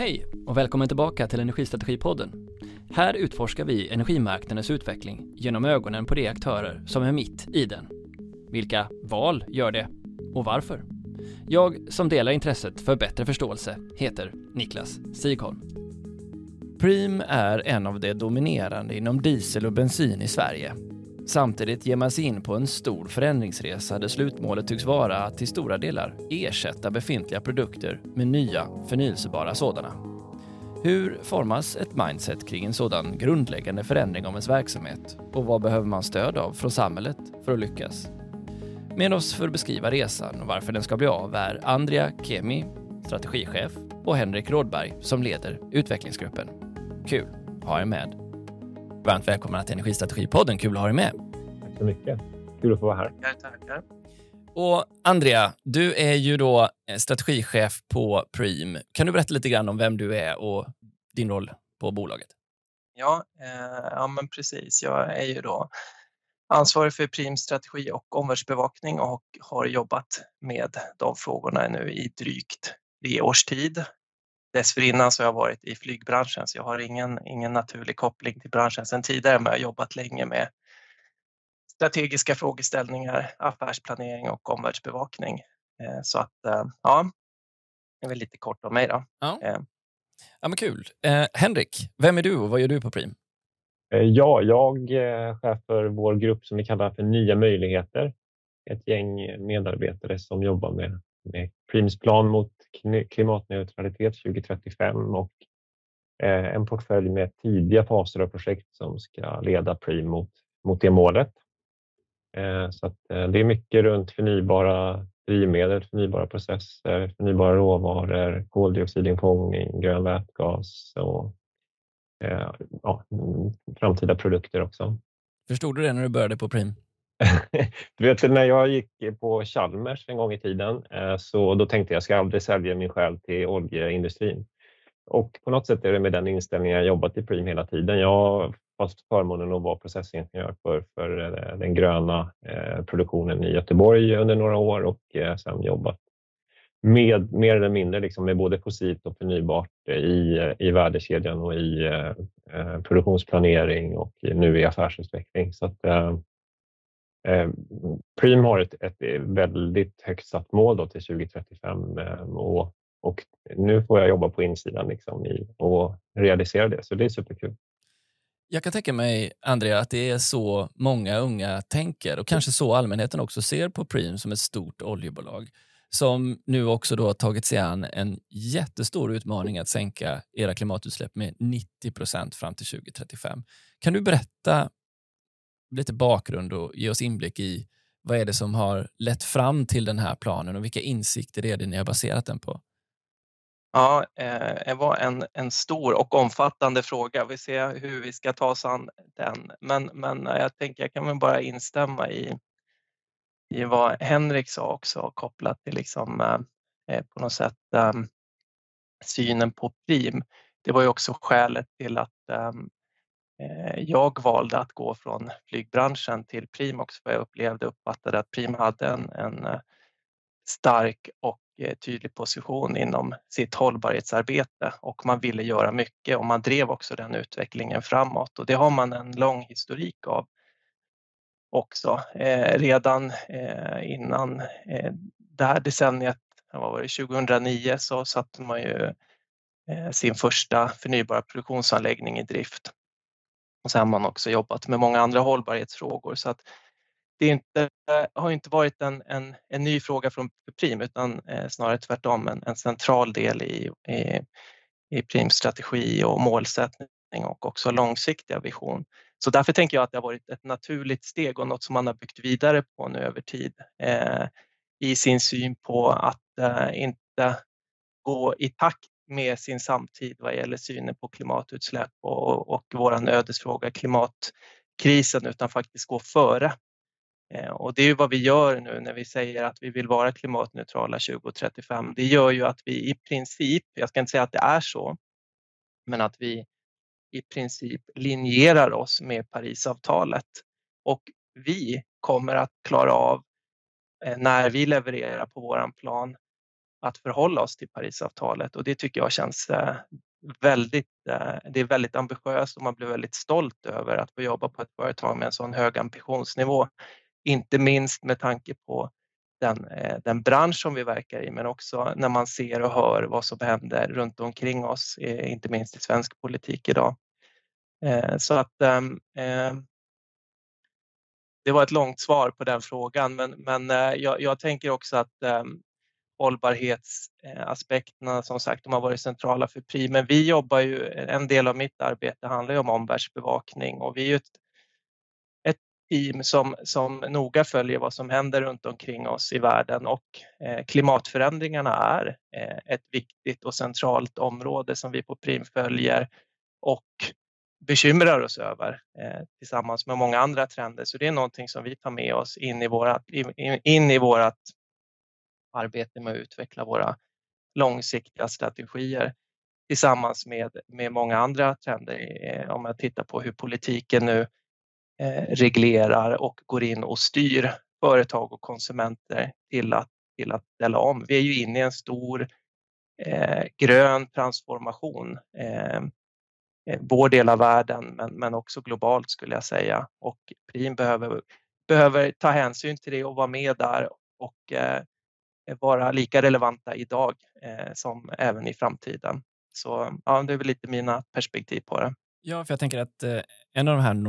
Hej och välkommen tillbaka till Energistrategipodden. Här utforskar vi energimarknadens utveckling genom ögonen på de aktörer som är mitt i den. Vilka val gör det och varför? Jag som delar intresset för bättre förståelse heter Niklas Sigholm. Preem är en av de dominerande inom diesel och bensin i Sverige. Samtidigt ger man sig in på en stor förändringsresa där slutmålet tycks vara att till stora delar ersätta befintliga produkter med nya förnyelsebara sådana. Hur formas ett mindset kring en sådan grundläggande förändring av ens verksamhet och vad behöver man stöd av från samhället för att lyckas? Med oss för att beskriva resan och varför den ska bli av är Andrea Kemi, strategichef, och Henrik Rådberg som leder utvecklingsgruppen. Kul att ha er med. Varmt välkomna till Energistrategipodden, kul att ha er med. Tack så mycket, kul att få vara här. Tackar. Och Andrea, du är ju då strategichef på Preem. Kan du berätta lite grann om vem du är och din roll på bolaget? Ja, men precis. Jag är ju då ansvarig för Preems strategi och omvärldsbevakning och har jobbat med de frågorna nu i drygt 3 års tid. Dessförinnan så har jag varit i flygbranschen, så jag har ingen naturlig koppling till branschen sedan tidigare, men jag har jobbat länge med strategiska frågeställningar, affärsplanering och omvärldsbevakning. Så att, det är väl lite kort om mig då. Ja, men kul. Henrik, vem är du och vad gör du på Preem? Ja, jag är chef för vår grupp som vi kallar för Nya möjligheter. Ett gäng medarbetare som jobbar med Preems plan mot klimatneutralitet 2035 och en portfölj med tidiga faser av projekt som ska leda Preem mot det målet. Så att det är mycket runt förnybara drivmedel, förnybara processer, förnybara råvaror, koldioxidinfångning, grön vätgas och framtida produkter också. Förstod du det när du började på Preem? Du vet, när jag gick på Chalmers en gång i tiden så då tänkte jag ska aldrig sälja min själ till oljeindustrin. Och på något sätt är det med den inställningen jag jobbat i Preem hela tiden. Jag har fått förmånen att vara processingenjör för den gröna produktionen i Göteborg under några år och sen jobbat med mer eller mindre liksom med både fossilt och förnybart i värdekedjan och i produktionsplanering och nu i affärsutveckling. Så att Preem har ett väldigt högt satt mål då till 2035 och nu får jag jobba på insidan liksom och realisera det, så det är superkul. Jag kan tänka mig, Andrea, att det är så många unga tänker och kanske så allmänheten också ser på Preem som ett stort oljebolag som nu också då har tagit sig an en jättestor utmaning att sänka era klimatutsläpp med 90% fram till 2035. Kan du berätta lite bakgrund och ge oss inblick i vad är det som har lett fram till den här planen och vilka insikter är det ni har baserat den på? Ja, det var en stor och omfattande fråga. Vi ser hur vi ska ta oss an den. Men jag tänker jag kan väl bara instämma i vad Henrik sa också kopplat till liksom, på något sätt synen på Preem. Det var ju också skälet till att jag valde att gå från flygbranschen till Preem också, för jag uppfattade att Preem hade en stark och tydlig position inom sitt hållbarhetsarbete och man ville göra mycket och man drev också den utvecklingen framåt och det har man en lång historik av också. Redan innan det här decenniet, vad var det, 2009 så satte man ju sin första förnybara produktionsanläggning i drift. Och sen har man också jobbat med många andra hållbarhetsfrågor så att det har inte varit en ny fråga från Preem utan snarare tvärtom en central del i Preems strategi och målsättning och också långsiktiga vision. Så därför tänker jag att det har varit ett naturligt steg och något som man har byggt vidare på nu över tid i sin syn på att inte gå i takt med sin samtid vad gäller synen på klimatutsläpp och våran ödesfråga klimatkrisen utan faktiskt gå före. Och det är ju vad vi gör nu när vi säger att vi vill vara klimatneutrala 2035. Det gör ju att vi i princip, jag ska inte säga att det är så, men att vi i princip linjerar oss med Parisavtalet. Och vi kommer att klara av när vi levererar på våran plan att förhålla oss till Parisavtalet, och det tycker jag känns väldigt, det är väldigt ambitiöst, och man blir väldigt stolt över att få jobba på ett företag med en sån hög ambitionsnivå. Inte minst med tanke på den bransch som vi verkar i, men också när man ser och hör vad som händer runt omkring oss, inte minst i svensk politik idag. Så att det var ett långt svar på den frågan, men jag tänker också att hållbarhetsaspekterna, som sagt, de har varit centrala för Prim. Men vi jobbar ju, en del av mitt arbete handlar ju om omvärldsbevakning, och vi är ju ett team som noga följer vad som händer runt omkring oss i världen, och klimatförändringarna är ett viktigt och centralt område som vi på Prim följer och bekymrar oss över tillsammans med många andra trender. Så det är någonting som vi tar med oss in i vårat arbete med att utveckla våra långsiktiga strategier tillsammans med många andra trender. Om jag tittar på hur politiken nu reglerar och går in och styr företag och konsumenter till att ställa om. Vi är ju inne i en stor grön transformation. Vår del av världen, men också globalt skulle jag säga. Och Prim behöver ta hänsyn till det och vara med där och vara lika relevanta idag som även i framtiden. Så ja, det är väl lite mina perspektiv på det. Ja, för jag tänker att en av de här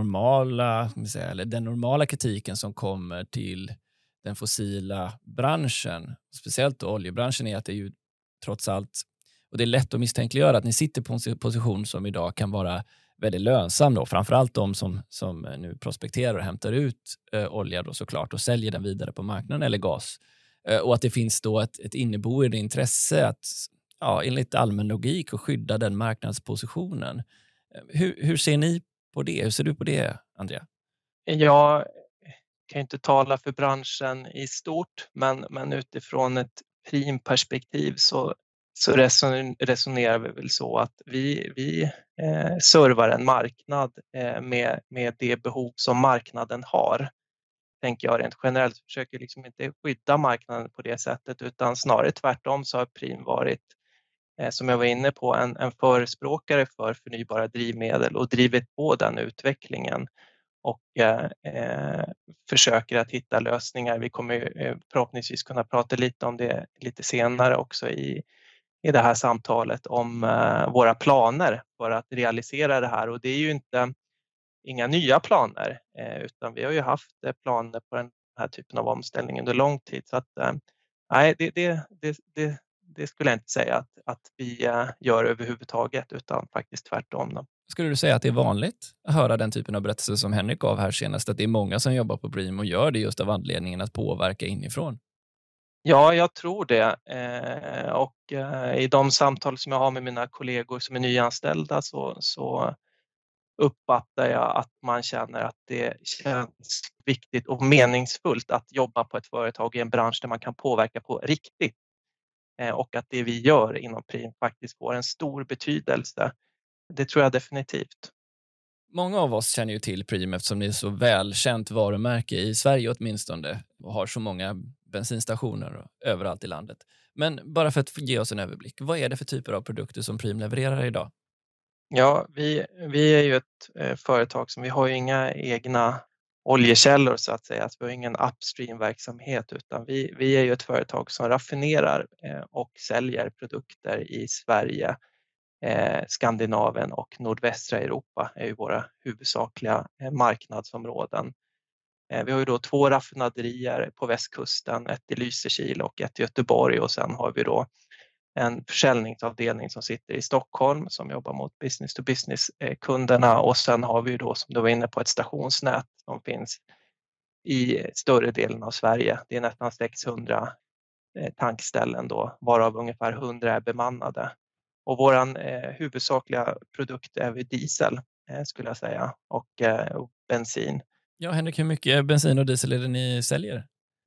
den normala kritiken som kommer till den fossila branschen, speciellt då oljebranschen, är att det är ju trots allt, och det är lätt att misstänkliggöra, att ni sitter på en position som idag kan vara väldigt lönsam då, framförallt de som nu prospekterar och hämtar ut olja då såklart och säljer den vidare på marknaden, eller gas. Och att det finns då ett inneboende intresse att, ja, enligt allmän logik, att skydda den marknadspositionen. Hur ser ni på det? Hur ser du på det, Andrea? Jag kan inte tala för branschen i stort, men utifrån ett Prim-perspektiv så resonerar vi väl så att vi servar en marknad med det behov som marknaden har. Tänker jag rent generellt, försöker liksom inte skydda marknaden på det sättet, utan snarare tvärtom så har Prim varit, som jag var inne på, en förespråkare för förnybara drivmedel och drivit på den utvecklingen och försöker att hitta lösningar. Vi kommer förhoppningsvis kunna prata lite om det lite senare också i det här samtalet om våra planer för att realisera det här. Och det är ju inga nya planer, utan vi har ju haft planer på den här typen av omställning under lång tid. Så att nej, det skulle jag inte säga att vi gör överhuvudtaget, utan faktiskt tvärtom då. Skulle du säga att det är vanligt att höra den typen av berättelser som Henrik gav här senast, att det är många som jobbar på Prim och gör det just av anledningen att påverka inifrån? Ja, jag tror det. Och i de samtal som jag har med mina kollegor som är nyanställda så uppfattar jag att man känner att det känns viktigt och meningsfullt att jobba på ett företag i en bransch där man kan påverka på riktigt. Och att det vi gör inom Prim faktiskt får en stor betydelse. Det tror jag definitivt. Många av oss känner ju till Prim eftersom det är så välkänt varumärke i Sverige åtminstone och har så många bensinstationer överallt i landet. Men bara för att ge oss en överblick, vad är det för typer av produkter som Prim levererar idag? Ja, vi är ju ett företag som vi har ju inga egna oljekällor så att säga. Alltså, vi har ingen upstream-verksamhet, utan vi är ju ett företag som raffinerar och säljer produkter i Sverige, Skandinavien och nordvästra Europa är ju våra huvudsakliga marknadsområden. Vi har ju då 2 raffinaderier på västkusten, ett i Lysekil och ett i Göteborg, och sen har vi då en försäljningsavdelning som sitter i Stockholm som jobbar mot business to business kunderna, och sen har vi ju då, som du var inne på, ett stationsnät som finns i större delen av Sverige. Det är nästan 600 tankställen då, varav ungefär 100 är bemannade. Och våran huvudsakliga produkt är diesel skulle jag säga, och bensin. Ja, Henrik, hur mycket bensin och diesel är det ni säljer?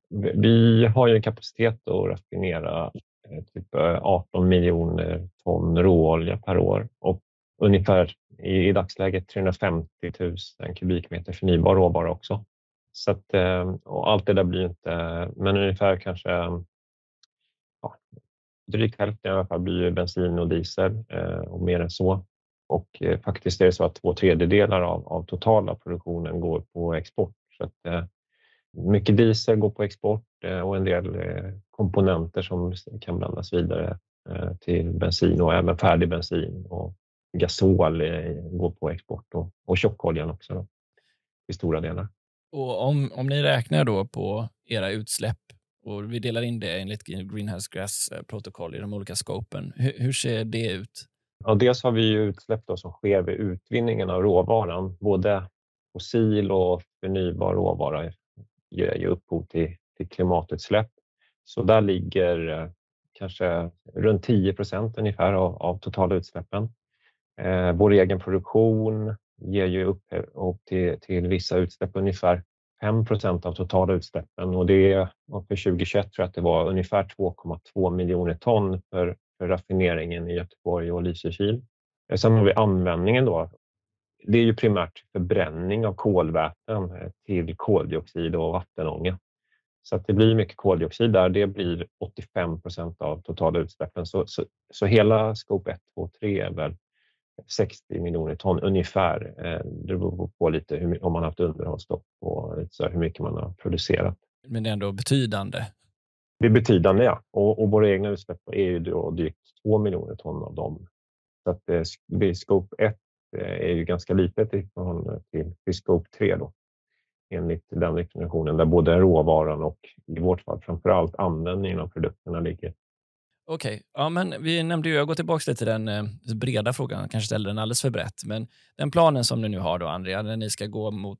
Vi har ju en kapacitet att raffinera typ 18 miljoner ton råolja per år och ungefär i dagsläget 350 000 kubikmeter förnybar råvara också. Så att, och allt det där blir inte, men ungefär kanske drygt hälften i alla fall blir ju bensin och diesel och mer än så. Och faktiskt är det så att 2/3 av totala produktionen går på export. Så att, mycket diesel går på export och en del komponenter som kan blandas vidare till bensin och även färdig bensin och gasol går på export och tjockoljan också då, i stora delar. Och om ni räknar då på era utsläpp och vi delar in det enligt Greenhouse Gas-protokoll i de olika scopen, hur ser det ut? Ja, dels har vi ju utsläpp då som sker vid utvinningen av råvaran. Både fossil och förnybar råvara ger ju upphov till klimatutsläpp. Så där ligger kanske runt 10% ungefär av totala utsläppen. Vår egen produktion ger ju upp till vissa utsläpp ungefär 5% av totala utsläppen. Och det var för 2021 tror jag att det var ungefär 2,2 miljoner ton för raffineringen i Göteborg och Lysekil. Sen har vi användningen då. Det är ju primärt förbränning av kolväten till koldioxid och vattenånga. Så att det blir mycket koldioxid där. Det blir 85% av totala utsläppen. Så hela scope 1, 2, 3 är väl 60 miljoner ton ungefär. Det beror på lite om man har haft underhållsstopp och så hur mycket man har producerat. Men det är ändå betydande. Det är betydande, ja. Och våra egna utsläpp är ju då drygt 2 miljoner ton av dem. Så att scope 1 är ju ganska litet i förhållande till scope 3 då. Enligt den definitionen där både råvaran och i vårt fall framförallt användningen av produkterna ligger. Okej, ja, men vi nämnde ju, jag går tillbaka till den breda frågan, kanske ställer den alldeles för brett, men den planen som ni nu har då, Andrea, när ni ska gå mot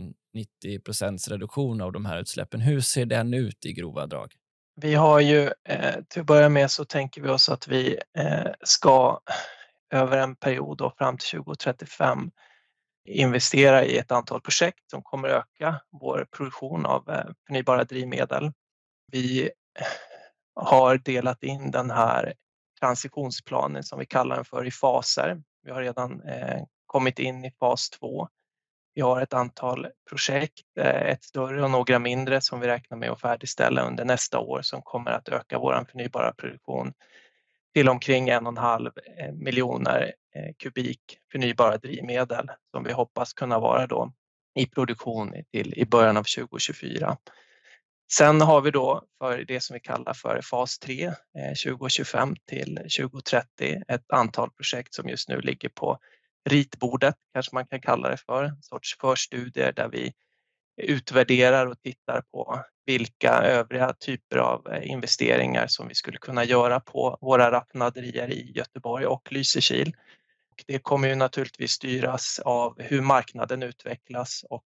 90% reduktion av de här utsläppen, hur ser den ut i grova drag? Vi har ju, till att börja med så tänker vi oss att vi ska över en period då, fram till 2035 investera i ett antal projekt som kommer öka vår produktion av förnybara drivmedel. Vi har delat in den här transitionsplanen som vi kallar den för i faser. Vi har redan kommit in i fas 2. Vi har ett antal projekt, ett större och några mindre som vi räknar med att färdigställa under nästa år som kommer att öka vår förnybara produktion till omkring 1,5 miljoner kubik förnybara drivmedel som vi hoppas kunna vara då i produktion i början av 2024. Sen har vi då för det som vi kallar för fas 3, 2025 till 2030, ett antal projekt som just nu ligger på ritbordet, kanske man kan kalla det för, en sorts förstudier där vi utvärderar och tittar på vilka övriga typer av investeringar som vi skulle kunna göra på våra raffinaderier i Göteborg och Lysekil. Det kommer ju naturligtvis styras av hur marknaden utvecklas och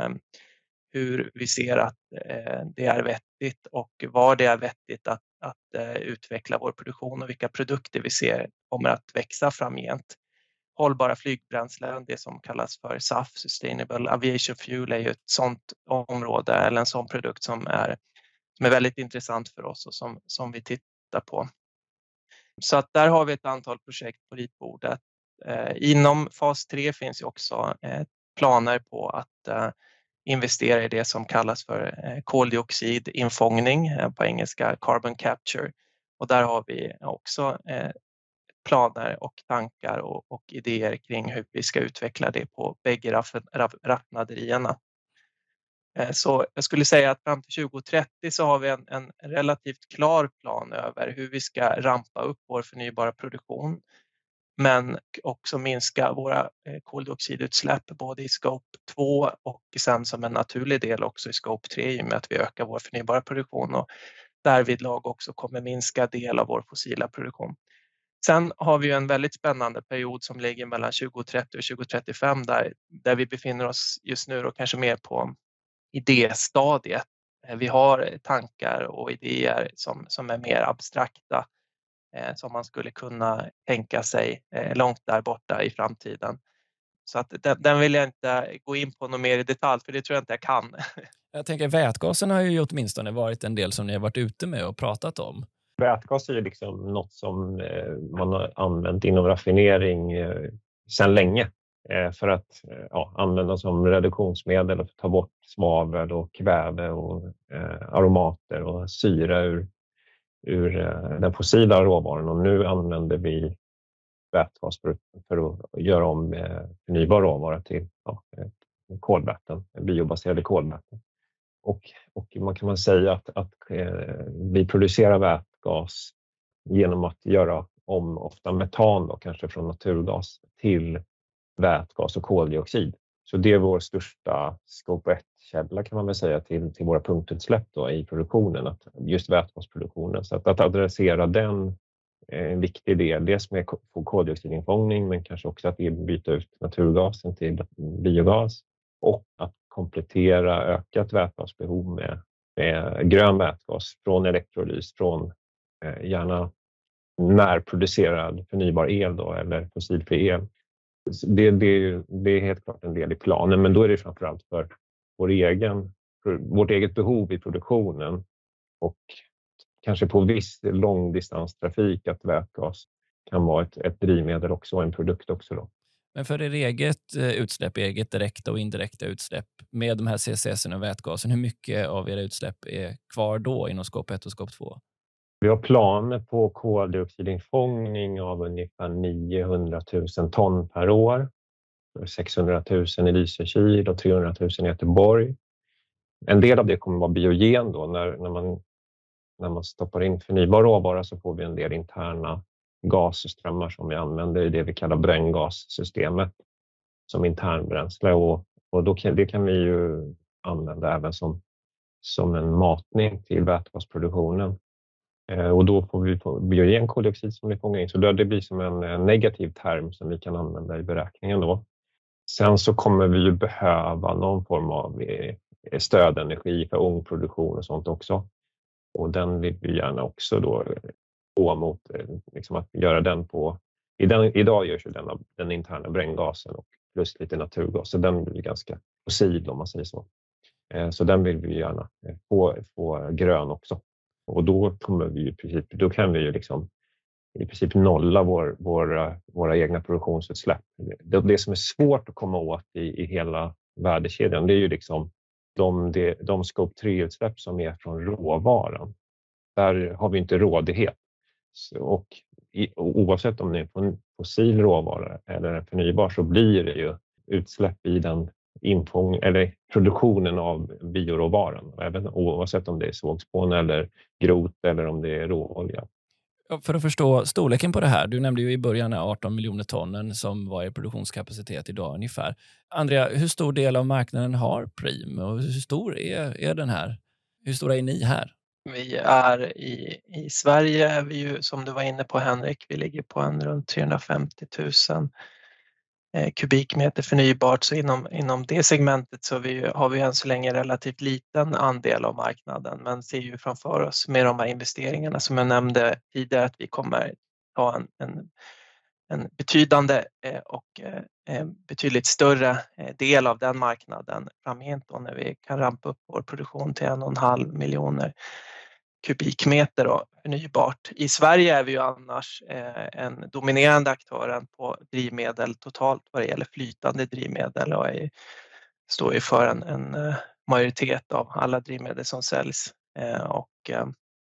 hur vi ser att det är vettigt och var det är vettigt att utveckla vår produktion och vilka produkter vi ser kommer att växa framgent. Hållbara flygbränslen, det som kallas för SAF, Sustainable Aviation Fuel, är ju ett sådant område eller en sån produkt som är väldigt intressant för oss och som vi tittar på. Så att där har vi ett antal projekt på ritbordet. Inom fas 3 finns ju också planer på att investera i det som kallas för koldioxidinfångning, på engelska carbon capture. Och där har vi också planer och tankar och idéer kring hur vi ska utveckla det på bägge raffinaderierna. Så jag skulle säga att fram till 2030 så har vi en relativt klar plan över hur vi ska rampa upp vår förnybara produktion. Men också minska våra koldioxidutsläpp både i scope 2 och sen som en naturlig del också i scope 3 i och med att vi ökar vår förnybara produktion och därvidlag också kommer minska del av vår fossila produktion. Sen har vi en väldigt spännande period som ligger mellan 2030 och 2035 där vi befinner oss just nu och kanske mer på idéstadiet. Vi har tankar och idéer som är mer abstrakta som man skulle kunna tänka sig långt där borta i framtiden. Så att den vill jag inte gå in på något mer i detalj för det tror jag inte jag kan. Jag tänker vätgasen har ju åtminstone varit en del som ni har varit ute med och pratat om. Vätgas är ju liksom något som man har använt inom raffinering sedan länge för att använda som reduktionsmedel och ta bort svavel och kväve och aromater och syra ur den fossila råvaran, och nu använder vi vätgas för att göra om förnybar råvara till kolväten, biobaserade kolväten. Och man kan säga att vi producerar vätgas genom att göra om ofta metan då, kanske från naturgas till vätgas och koldioxid. Så det är vår största scope 1-källa kan man väl säga till våra punktutsläpp då i produktionen, att just vätgasproduktionen. Så att adressera den är en viktig del, dels med koldioxidinfångning men kanske också att byta ut naturgasen till biogas och att komplettera ökat vätgasbehov med grön vätgas från elektrolys, från gärna närproducerad förnybar el då, eller fossilfri el. Det är helt klart en del i planen, men då är det framförallt för vårt eget behov i produktionen och kanske på viss långdistanstrafik att vätgas kan vara ett drivmedel också och en produkt också då. Men för er eget utsläpp, eget direkta och indirekta utsläpp med de här CCS och vätgasen, hur mycket av era utsläpp är kvar då inom scope 1 och scope 2? Vi har planer på koldioxidinfångning av ungefär 900 000 ton per år. 600 000 i Lysekil och 300 000 i Göteborg. En del av det kommer att vara biogen då. När man stoppar in förnybar råvara så får vi en del interna gasströmmar som vi använder i det vi kallar bränngassystemet som internbränsle. Och det kan vi ju använda även som en matning till vätgasproduktionen. Och då får vi biogen koldioxid som vi fångar in. Så det blir som en negativ term som vi kan använda i beräkningen då. Sen så kommer vi ju behöva någon form av stödenergi för ångproduktion och sånt också. Och den vill vi gärna också då gå mot liksom att göra den på... Idag görs ju den interna bränngasen och plus lite naturgas. Så den blir ganska fossil om man säger så. Så den vill vi gärna få grön också. Och då kan vi ju liksom i princip nolla våra egna produktionsutsläpp. Det som är svårt att komma åt i hela värdekedjan, det är ju liksom de scope 3-utsläpp som är från råvaran. Där har vi inte rådighet. Och oavsett om det är en fossil råvara eller en förnybar så blir det ju utsläpp i den eller produktionen av bioråvaran, även oavsett om det är sågspån eller grot eller om det är råolja. För att förstå storleken på det här, du nämnde ju i början 18 miljoner tonnen som var er produktionskapacitet idag ungefär. Andrea, hur stor del av marknaden har Preem och hur stor är den här? Hur stora är ni här? Vi är i Sverige, är vi ju, som du var inne på Henrik, vi ligger på runt 350 000 kubikmeter förnybart, så inom det segmentet så har vi än så länge relativt liten andel av marknaden, men ser ju framför oss med de här investeringarna som jag nämnde tidigare att vi kommer ha en betydande och betydligt större del av den marknaden framgent då, när vi kan rampa upp vår produktion till 1,5 miljoner kubikmeter då, förnybart. I Sverige är vi ju annars en dominerande aktören på drivmedel totalt vad det gäller flytande drivmedel och står ju för en majoritet av alla drivmedel som säljs och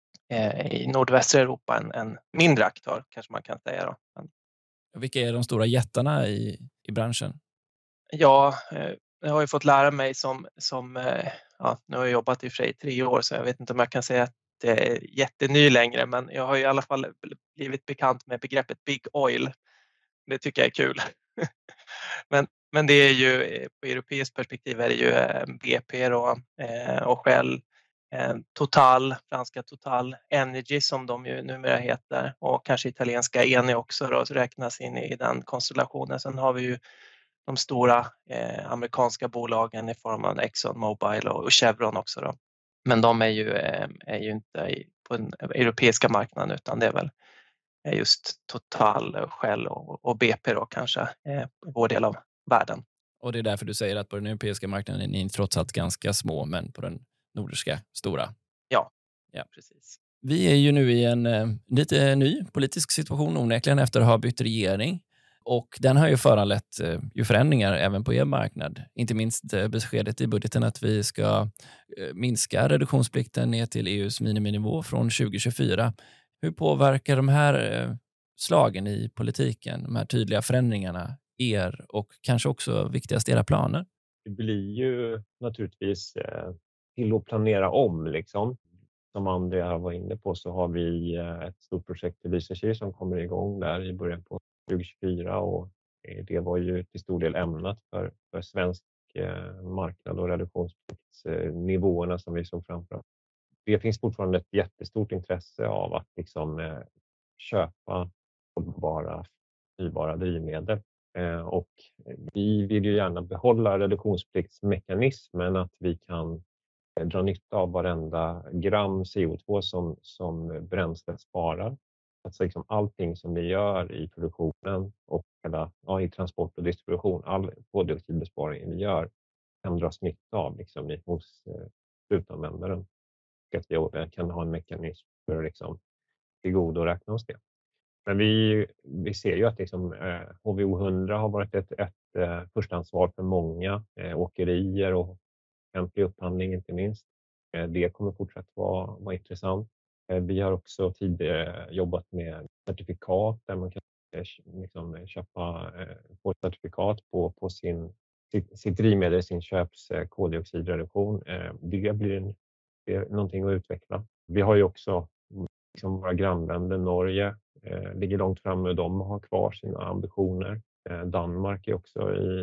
i nordvästra Europa en mindre aktör kanske man kan säga då. Vilka är de stora jättarna i branschen? Ja, jag har ju fått lära mig nu har jag jobbat i och för sig 3 år så jag vet inte om jag kan säga att det är jätteny längre, men jag har ju i alla fall blivit bekant med begreppet Big Oil. Det tycker jag är kul. men det är ju på europeiskt perspektiv är det ju BP och Shell, Total, franska Total, Energy som de ju numera heter och kanske italienska Eni också då, räknas in i den konstellationen. Sen har vi ju de stora amerikanska bolagen i form av Exxon Mobil och Chevron också då. Men de är ju inte på den europeiska marknaden utan det är väl just Total, Shell och BP då kanske vår del av världen. Och det är därför du säger att på den europeiska marknaden är ni trots allt ganska små men på den nordiska stora. Ja, precis. Vi är ju nu i en lite ny politisk situation onekligen efter att ha bytt regering. Och den har ju föranlett förändringar även på er marknad. Inte minst beskedet i budgeten att vi ska minska reduktionsplikten ner till EUs miniminivå från 2024. Hur påverkar de här slagen i politiken, de här tydliga förändringarna, er och kanske också viktigast era planer? Det blir ju naturligtvis till att planera om liksom. Som Andrea var inne på så har vi ett stort projekt i Lysekil som kommer igång där i början på 2024 och det var ju till stor del ämnat för svensk marknad och reduktionspliktsnivåerna som vi såg framför oss. Det finns fortfarande ett jättestort intresse av att liksom köpa förnybara drivmedel. Och vi vill ju gärna behålla reduktionspliktsmekanismen att vi kan dra nytta av varenda gram CO2 som bränslet sparar. Alltså liksom allting som vi gör i produktionen och i transport och distribution, all koldioxidbesparing vi gör kan dras nytta av liksom hos slutanvändaren. Och att vi kan ha en mekanism för att liksom tillgodoräkna oss det. Men vi ser ju att liksom, HVO 100 har varit ett förstahandsval för många åkerier och offentlig upphandling inte minst. Det kommer fortsatt vara intressant. Vi har också tidigare jobbat med certifikat där man kan liksom köpa få certifikat på sitt drivmedel, sin köps koldioxidreduktion. Det blir någonting att utveckla. Vi har ju också liksom våra grannländer, Norge ligger långt framme och de har kvar sina ambitioner. Danmark är också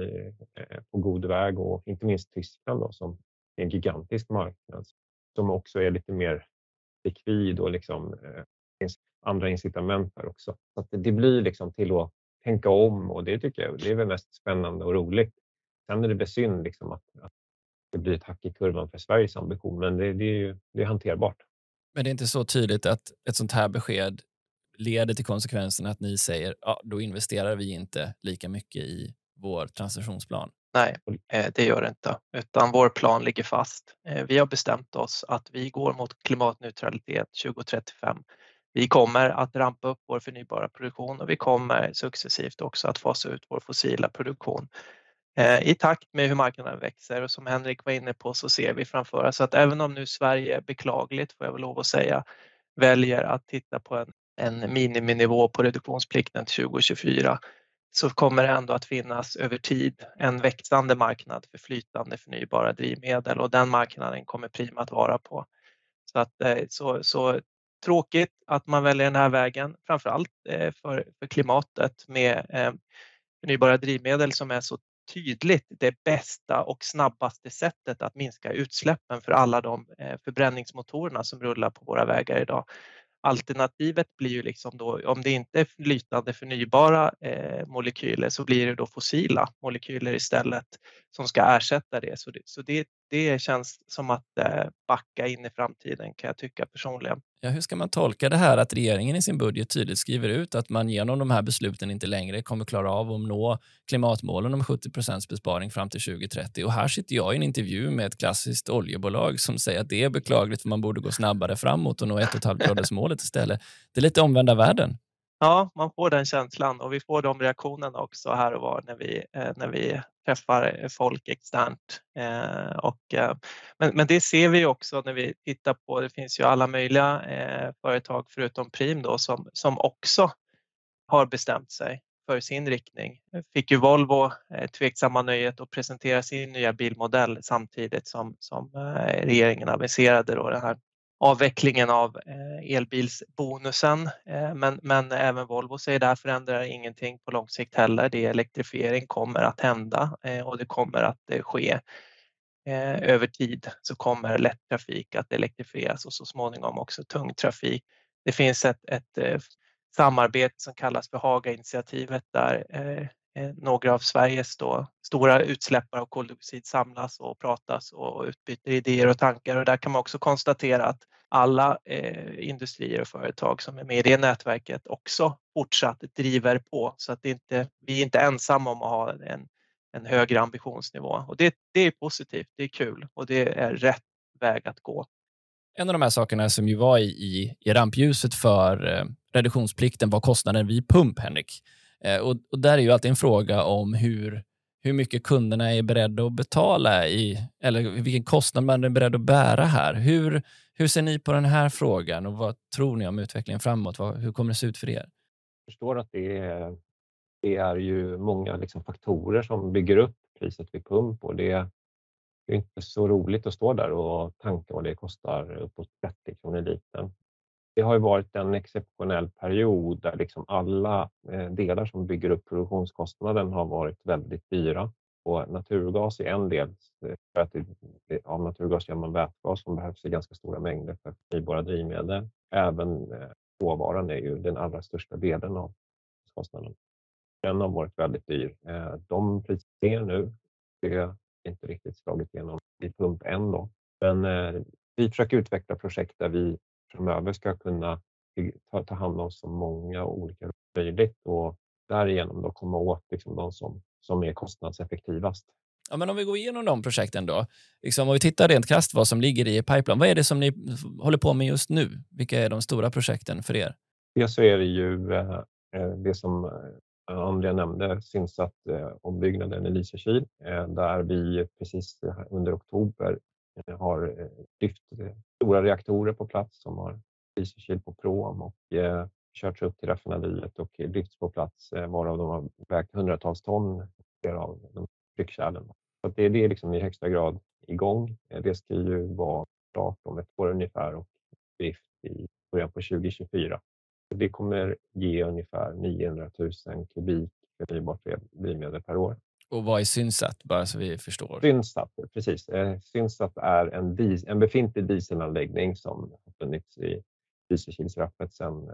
på god väg och inte minst Tyskland då, som är en gigantisk marknad som också är lite mer likvid och liksom finns andra incitament där också. Så att det blir liksom till att tänka om och det tycker jag det är väl mest spännande och roligt. Sen är det synd liksom att det blir ett hack i kurvan för Sveriges ambition men det är hanterbart. Men det är inte så tydligt att ett sånt här besked leder till konsekvensen att ni säger då investerar vi inte lika mycket i vår transitionsplan? Nej, det gör det inte. Utan vår plan ligger fast. Vi har bestämt oss att vi går mot klimatneutralitet 2035. Vi kommer att rampa upp vår förnybara produktion och vi kommer successivt också att fasa ut vår fossila produktion. I takt med hur marknaden växer och som Henrik var inne på så ser vi framför oss att även om nu Sverige beklagligt, får jag väl lov att säga, väljer att titta på en miniminivå på reduktionsplikten till 2024 så kommer det ändå att finnas över tid en växande marknad för flytande förnybara drivmedel och den marknaden kommer Prima att vara på. Så att så tråkigt att man väljer den här vägen, framförallt för klimatet med förnybara drivmedel som är så tydligt det bästa och snabbaste sättet att minska utsläppen för alla de förbränningsmotorerna som rullar på våra vägar idag. Alternativet blir ju liksom då, om det inte är flytande förnybara molekyler så blir det då fossila molekyler istället som ska ersätta det. Så det känns som att backa in i framtiden kan jag tycka personligen. Ja, hur ska man tolka det här att regeringen i sin budget tydligt skriver ut att man genom de här besluten inte längre kommer klara av att nå klimatmålen om 70% besparing fram till 2030? Och här sitter jag i en intervju med ett klassiskt oljebolag som säger att det är beklagligt för man borde gå snabbare framåt och nå 1,5-gradersmålet istället. Det är lite omvända världen. Ja, man får den känslan och vi får de reaktionerna också här och var när vi träffar folk externt. Men det ser vi också när vi tittar på, det finns ju alla möjliga företag förutom Prim då som också har bestämt sig för sin riktning. Fick ju Volvo tveksamma nöjet att presentera sin nya bilmodell samtidigt som regeringen aviserade då den här avvecklingen av elbilsbonusen. Men även Volvo säger där förändrar ingenting på lång sikt heller. Det elektrifiering kommer att hända och det kommer att ske över tid så kommer lätttrafik att elektrifieras och så småningom också tung trafik. Det finns ett samarbete som kallas för Haga-initiativet där några av Sveriges då stora utsläppare av koldioxid samlas och pratas och utbyter idéer och tankar och där kan man också konstatera att alla industrier och företag som är med i det nätverket också fortsatt driver på så att vi är inte ensamma om att ha en högre ambitionsnivå och det är positivt, det är kul och det är rätt väg att gå. En av de här sakerna som ju var i rampljuset för reduktionsplikten var kostnaden vid pump, Henrik. Och där är ju alltid en fråga om hur mycket kunderna är beredda att betala eller vilken kostnad man är beredd att bära här. Hur ser ni på den här frågan och vad tror ni om utvecklingen framåt? Hur kommer det se ut för er? Jag förstår att det är ju många liksom faktorer som bygger upp priset vid pump och det är inte så roligt att stå där och tanka och det kostar uppåt 30 kronor litern. Det har ju varit en exceptionell period där liksom alla delar som bygger upp produktionskostnaden har varit väldigt dyra. Och naturgas är en del, för att av naturgas gör man vätgas som behövs i ganska stora mängder för förnybara drivmedel. Även råvaran är ju den allra största delen av kostnaden. Den har varit väldigt dyr. De priser ser nu, det är inte riktigt slagit igenom i pump än då. Men vi försöker utveckla projekt där vi framöver ska kunna ta hand om så många olika möjligt och därigenom då komma åt liksom de som är kostnadseffektivast. Ja, men om vi går igenom de projekten då, liksom, om vi tittar rent krasst vad som ligger i pipeline, vad är det som ni håller på med just nu? Vilka är de stora projekten för er? Dels så är det ju det som Andrea nämnde, Synsatt ombyggnaden i Lysekil, där vi precis under oktober har lyft stora reaktorer på plats som har Lysekil på prom och körts upp till raffinaderiet och lyfts på plats, varav de har vägt hundratals ton av de tryckkärlen. Så att det är liksom i högsta grad igång. Det ska ju vara klart om ett år ungefär och drift i början på 2024. Det kommer ge ungefär 900 000 kubik förnybart drivmedel per år. Och vad är Synsatt, bara så vi förstår? Synsatt, precis. Synsatt är en befintlig dieselanläggning som har funnits i Lysekilsrappet sedan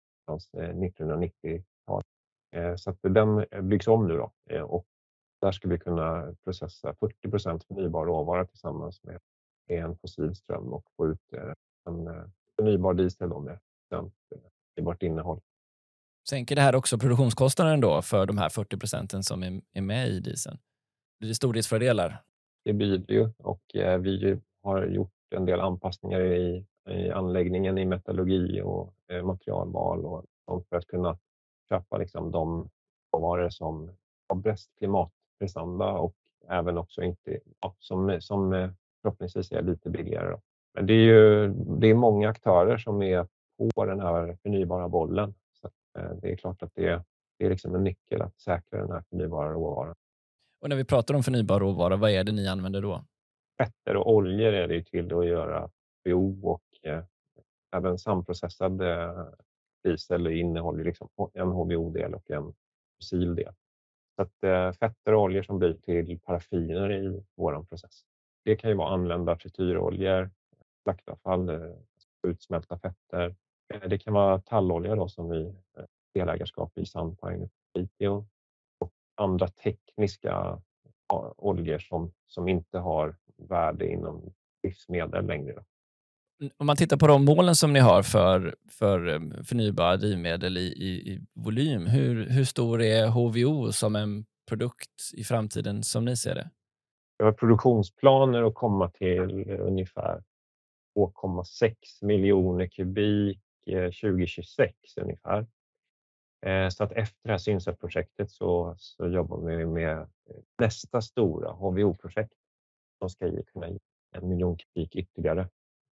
1990-talet. Så att den byggs om nu då. Och där ska vi kunna processa 40% förnybar råvara tillsammans med en fossil ström och få ut en förnybar diesel då med förnybart innehåll. Sänker det här också produktionskostnaden då för de här 40% som är med i dieseln? Blir det stordriftsfördelar? Det blir det ju och vi har gjort en del anpassningar i anläggningen i metallurgi och materialval och sånt för att kunna köpa liksom de råvaror som har bäst klimatprestanda och även också inte, som förhoppningsvis är lite billigare. Då. Men det är många aktörer som är på den här förnybara bollen. Så det är klart att det är liksom en nyckel att säkra den här förnybara råvaran. Och när vi pratar om förnybar råvara, vad är det ni använder då? Fetter och oljor är det ju till att göra HVO och även samprocessad diesel innehåller liksom en HVO-del och en fossil-del. Så att fetter och oljor som blir till paraffiner i vår process. Det kan ju vara använda frityroljor, slaktavfall, utsmälta fetter. Det kan vara tallolja då som vi delägarskap i Sunpine och andra tekniska oljor som inte har värde inom livsmedel längre. Då. Om man tittar på de målen som ni har för förnybara drivmedel i volym, hur stor är HVO som en produkt i framtiden som ni ser det? Vi har produktionsplaner att komma till ungefär 2,6 miljoner kubik 2026 ungefär. Så att efter det här Synsatt-projektet så jobbar vi med nästa stora HVO-projekt som ska kunna ge 1 miljon kubik ytterligare.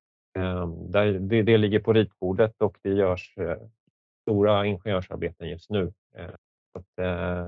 Det ligger på ritbordet och det görs stora ingenjörsarbeten just nu. Så att,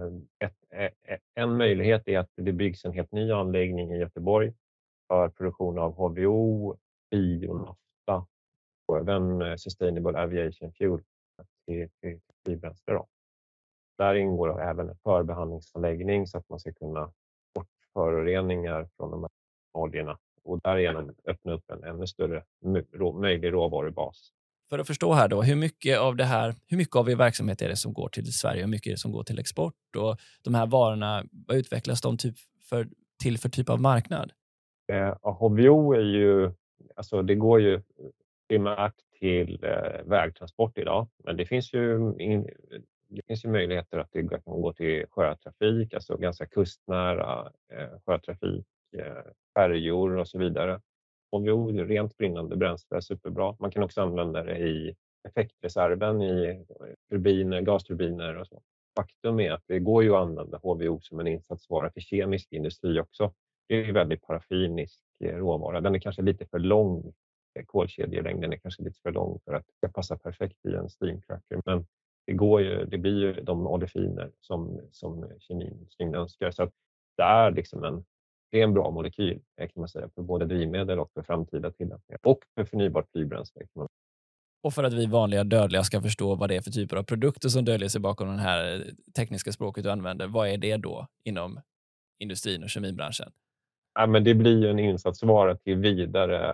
en möjlighet är att det byggs en helt ny anläggning i Göteborg för produktion av HVO, bionafta och även Sustainable Aviation Fuel till flygbränsle. Där ingår även en förbehandlingsanläggning så att man ska kunna få bort föroreningar från de här oljorna och därigenom öppna upp en ännu större möjlig råvarubas. För att förstå här då, hur mycket av er verksamhet är det som går till Sverige och hur mycket är det som går till export? Och de här varorna, vad utvecklas de för typ av marknad? HVO är ju, alltså det går ju primärt till vägtransport idag, men det finns ju möjligheter att det kan gå till sjötrafik, alltså ganska kustnära sjötrafik, färjor och så vidare. HVO är rent brinnande bränsle, är superbra. Man kan också använda det i effektreserven i turbiner, gasturbiner och så. Faktum är att det går ju att använda HVO som en insatsvara till kemisk industri också. Det är ju väldigt paraffinisk råvara. Den är kanske lite för lång kolkedjelängden är kanske lite för lång för att det ska passa perfekt i en steamcracker. Men det blir ju de olefiner som kemiindustrin önskar. Så att det är liksom det är en bra molekyl kan man säga för både drivmedel och för framtida tillämpningar och för förnybart flygbränsle. Och för att vi vanliga dödliga ska förstå vad det är för typer av produkter som döljer sig bakom den här tekniska språket du använder, vad är det då inom industrin och kemibranschen? Ja, men det blir ju en insatsvara till vidare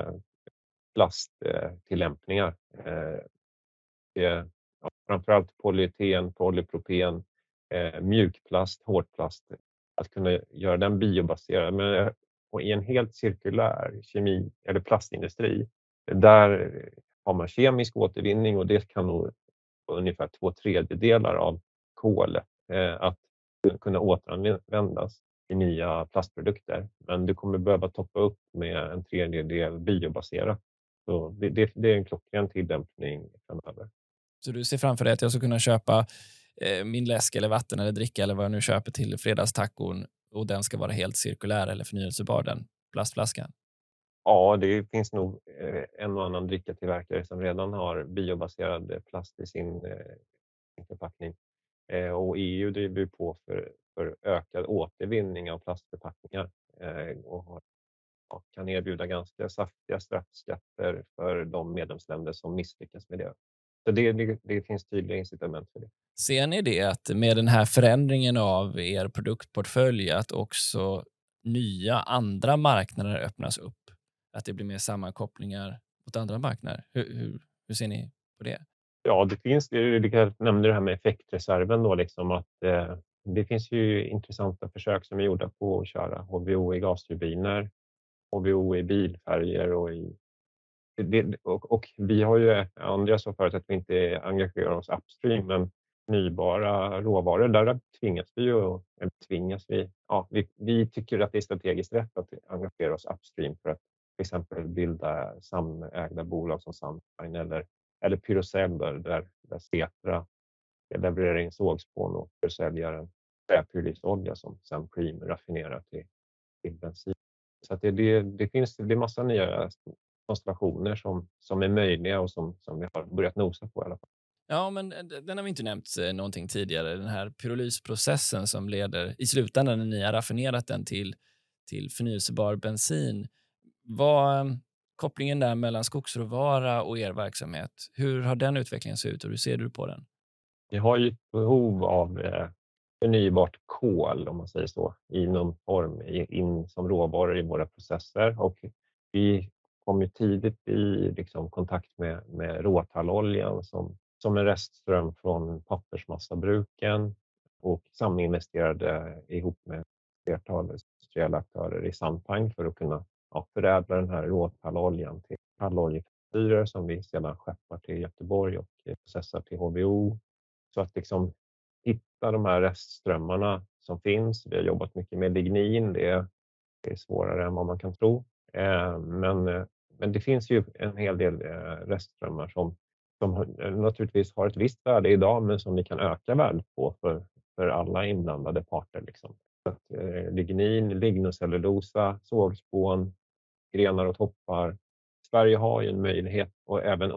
plasttillämpningar. Framförallt polyeten, polypropen, mjukplast, hårdplast. Att kunna göra den biobaserad. Men och i en helt cirkulär kemi eller plastindustri, där har man kemisk återvinning och det kan nog ungefär 2/3 av kolet att kunna återanvändas i nya plastprodukter. Men du kommer behöva toppa upp med 1/3 biobaserat. Så det är en klockren tillämpning framöver. Så du ser framför dig att jag ska kunna köpa min läsk eller vatten eller dricka eller vad jag nu köper till fredagstacon och den ska vara helt cirkulär eller förnyelsebar, den plastflaskan? Ja, det finns nog en och annan drickatillverkare som redan har biobaserad plast i sin förpackning. Och EU driver på för ökad återvinning av plastförpackningar och kan erbjuda ganska saftiga straffskatter för de medlemsländer som misslyckas med det. Så det finns tydliga incitament för det. Ser ni det att med den här förändringen av er produktportfölj att också nya andra marknader öppnas upp? Att det blir mer sammankopplingar mot andra marknader? Hur ser ni på det? Ja, det finns, jag nämnde det här med effektreserven då liksom att det finns ju intressanta försök som är gjorda på att köra HVO i gasturbiner, HVO i bilfärger och vi har ju andra som förut att vi inte engagerar oss upstream, men förnybara råvaror, där tvingas vi ju, vi tycker att det är strategiskt rätt att engagera oss upstream för att till exempel bilda samägda bolag som Sunshine eller Pyrocell där Setra levererar in sågspån och försäljer en träpyrolylolja som sen Preem raffinerar till bensin. Så att det är massa nya konstellationer som är möjliga och som vi har börjat nosa på i alla fall. Ja, men den har vi inte nämnt någonting tidigare. Den här pyrolysprocessen som leder i slutändan när ni har raffinerat den till förnyelsebar bensin. Vad kopplingen där mellan skogsråvara och er verksamhet, hur har den utvecklingen sett ut och hur ser du på den? Vi har ju ett behov av förnybart kol, om man säger så, i någon form in som råvaror i våra processer. Och vi kom ju tidigt i kontakt med råtalloljan som en restström från pappersmassabruken och saminvesterade ihop med flertal industriella aktörer i Sunpine för att kunna förädla den här råtalloljan till talloljefrityrer som vi sedan skeppar till Göteborg och processar till HVO. Så att hitta de här restströmmarna som finns. Vi har jobbat mycket med lignin. Det är svårare än vad man kan tro. Men det finns ju en hel del restströmmar som naturligtvis har ett visst värde idag, men som vi kan öka värdet på för alla inblandade parter. Så att, lignin, lignocellulosa, sågspån, grenar och toppar. Sverige har ju en möjlighet och även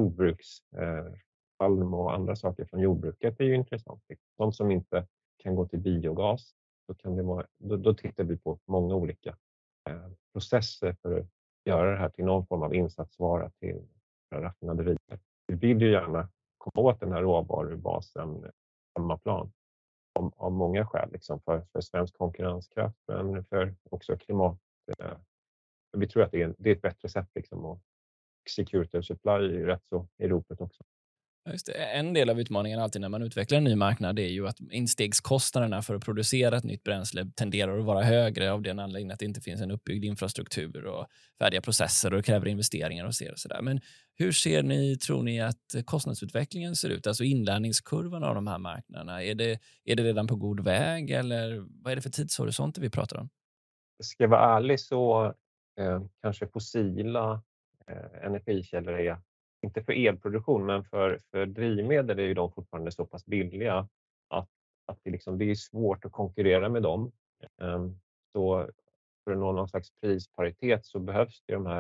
palm och andra saker från jordbruket är ju intressant. Sånt som inte kan gå till biogas, då tittar vi på många olika processer för att göra det här till någon form av insatsvara till raffinaderier. Vi vill ju gärna komma åt den här råvarubasen hemmaplan av många skäl, för svensk konkurrenskraft, men för också klimat. Vi tror att det är ett bättre sätt att security supply rätt så i ropet också. Just det. En del av utmaningen alltid när man utvecklar en ny marknad är ju att instegskostnaderna för att producera ett nytt bränsle tenderar att vara högre av den anledningen att det inte finns en uppbyggd infrastruktur och färdiga processer och det kräver investeringar och sådär. Men hur tror ni att kostnadsutvecklingen ser ut? Alltså inlärningskurvan av de här marknaderna. Är det redan på god väg eller vad är det för tidshorisonter vi pratar om? Ska jag vara ärlig så kanske fossila energikällor är inte för elproduktion, men för drivmedel är ju de fortfarande så pass billiga att det är svårt att konkurrera med dem. Så för att nå någon slags prisparitet så behövs det de här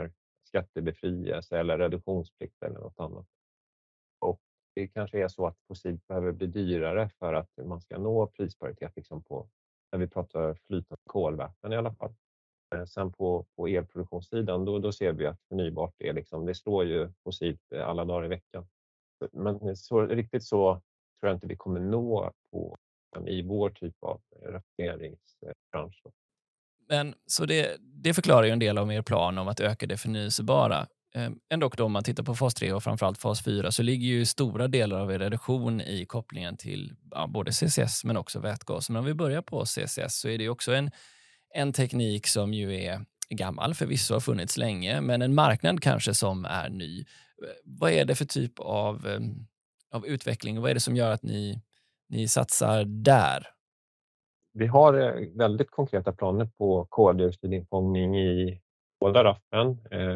skattebefrielse eller reduktionsplikt eller något annat. Och det kanske är så att fossilt behöver bli dyrare för att man ska nå prisparitet liksom på, när vi pratar flytande kolväten i alla fall. Sen på elproduktionssidan då ser vi att förnybart är liksom, det slår ju fossilt alla dagar i veckan. Men riktigt så tror jag inte vi kommer nå i vår typ av raffineringsbransch. Men så det förklarar ju en del av er plan om att öka det förnyelsebara. Ändå då om man tittar på fas 3 och framförallt fas 4 så ligger ju stora delar av er reduktion i kopplingen till både CCS men också vätgas. Men om vi börjar på CCS så är det ju också en teknik som ju är gammal, förvisso har funnits länge, men en marknad kanske som är ny. Vad är det för typ av utveckling? Vad är det som gör att ni satsar där? Vi har väldigt konkreta planer på koldioxidinfångning i båda raffen.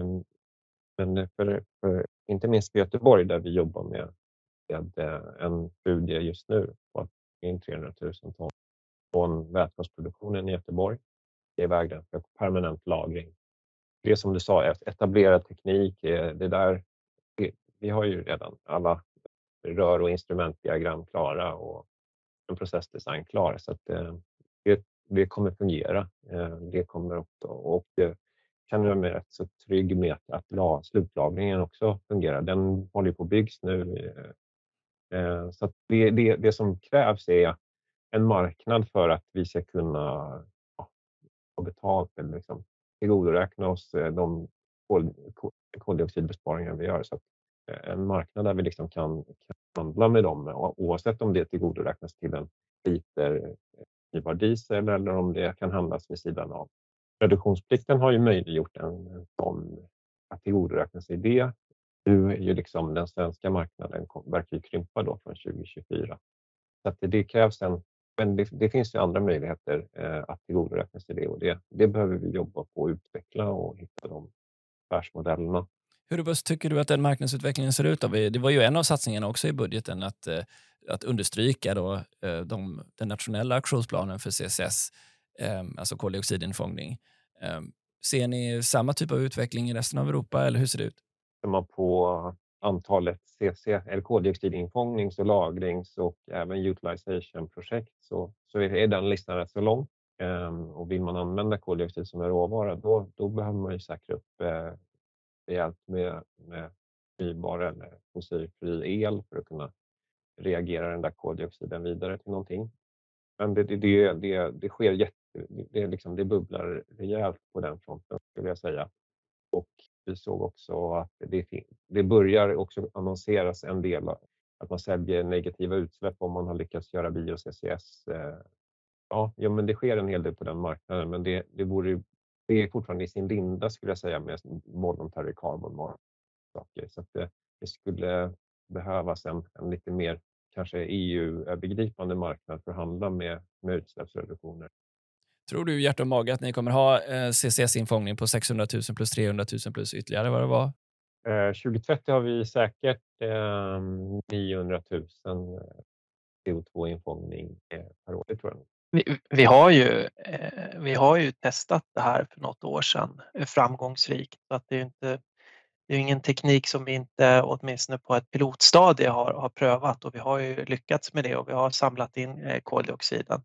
Men för inte minst för Göteborg där vi jobbar med en studie just nu på att in 300 000 ton från vätgasproduktionen i Göteborg. Det är vägen för permanent lagring. Det är som du sa, etablerad teknik, det där, vi har ju redan alla rör- och instrumentdiagram klara och en processdesign klar. Så att det kommer fungera. Det kommer också, och kan jag med rätt så trygg med att slutlagringen också fungerar. Den håller på att byggs nu. Så att det som krävs är en marknad för att vi ska kunna få betalt eller liksom tillgodoräkna oss de koldioxidbesparingar vi gör. Så att en marknad där vi liksom kan handla med dem oavsett om det tillgodoräknas till en liter förnybar diesel eller om det kan handlas vid sidan av. Reduktionsplikten har ju möjliggjort en sån att tillgodoräkna sig det. Nu är ju liksom den svenska marknaden verkar ju krympa då från 2024. Så att det krävs men det finns ju andra möjligheter att tillgodoräkna sig det och det behöver vi jobba på att utveckla och hitta de affärsmodellerna. Hur robust tycker du att den marknadsutvecklingen ser ut? Det var ju en av satsningarna också i budgeten att understryka då, den nationella aktionsplanen för CCS, alltså koldioxidinfångning. Ser ni samma typ av utveckling i resten av Europa eller hur ser det ut? Ser man på antalet eller koldioxidinfångnings- och lagrings- och även utilization-projekt så är den listan rätt så lång. Och vill man använda koldioxid som en råvara då behöver man ju säkra upp rejält med förnybar eller fossilfri el för att kunna reagera den där koldioxiden vidare till någonting. Men det sker det bubblar rejält på den fronten skulle jag säga. Och vi såg också att det börjar också annonseras en del att man säljer negativa utsläpp om man har lyckats göra bio-CCS. Ja, men det sker en hel del på den marknaden, men det är fortfarande i sin linda skulle jag säga med voluntary carbon saker. Så att det skulle behövas en lite mer kanske EU-begripande marknad för att handla med utsläppsreduktioner. Tror du hjärta och mage att ni kommer ha CCS-infångning på 600 000 plus 300 000 plus ytterligare vad det var? 2030 har vi säkert 900 000 CO2-infångning per år, det tror jag. Vi har ju testat det här för något år sedan framgångsrikt. Så att det är ingen teknik som vi inte åtminstone på ett pilotstadie har prövat och vi har ju lyckats med det och vi har samlat in koldioxiden.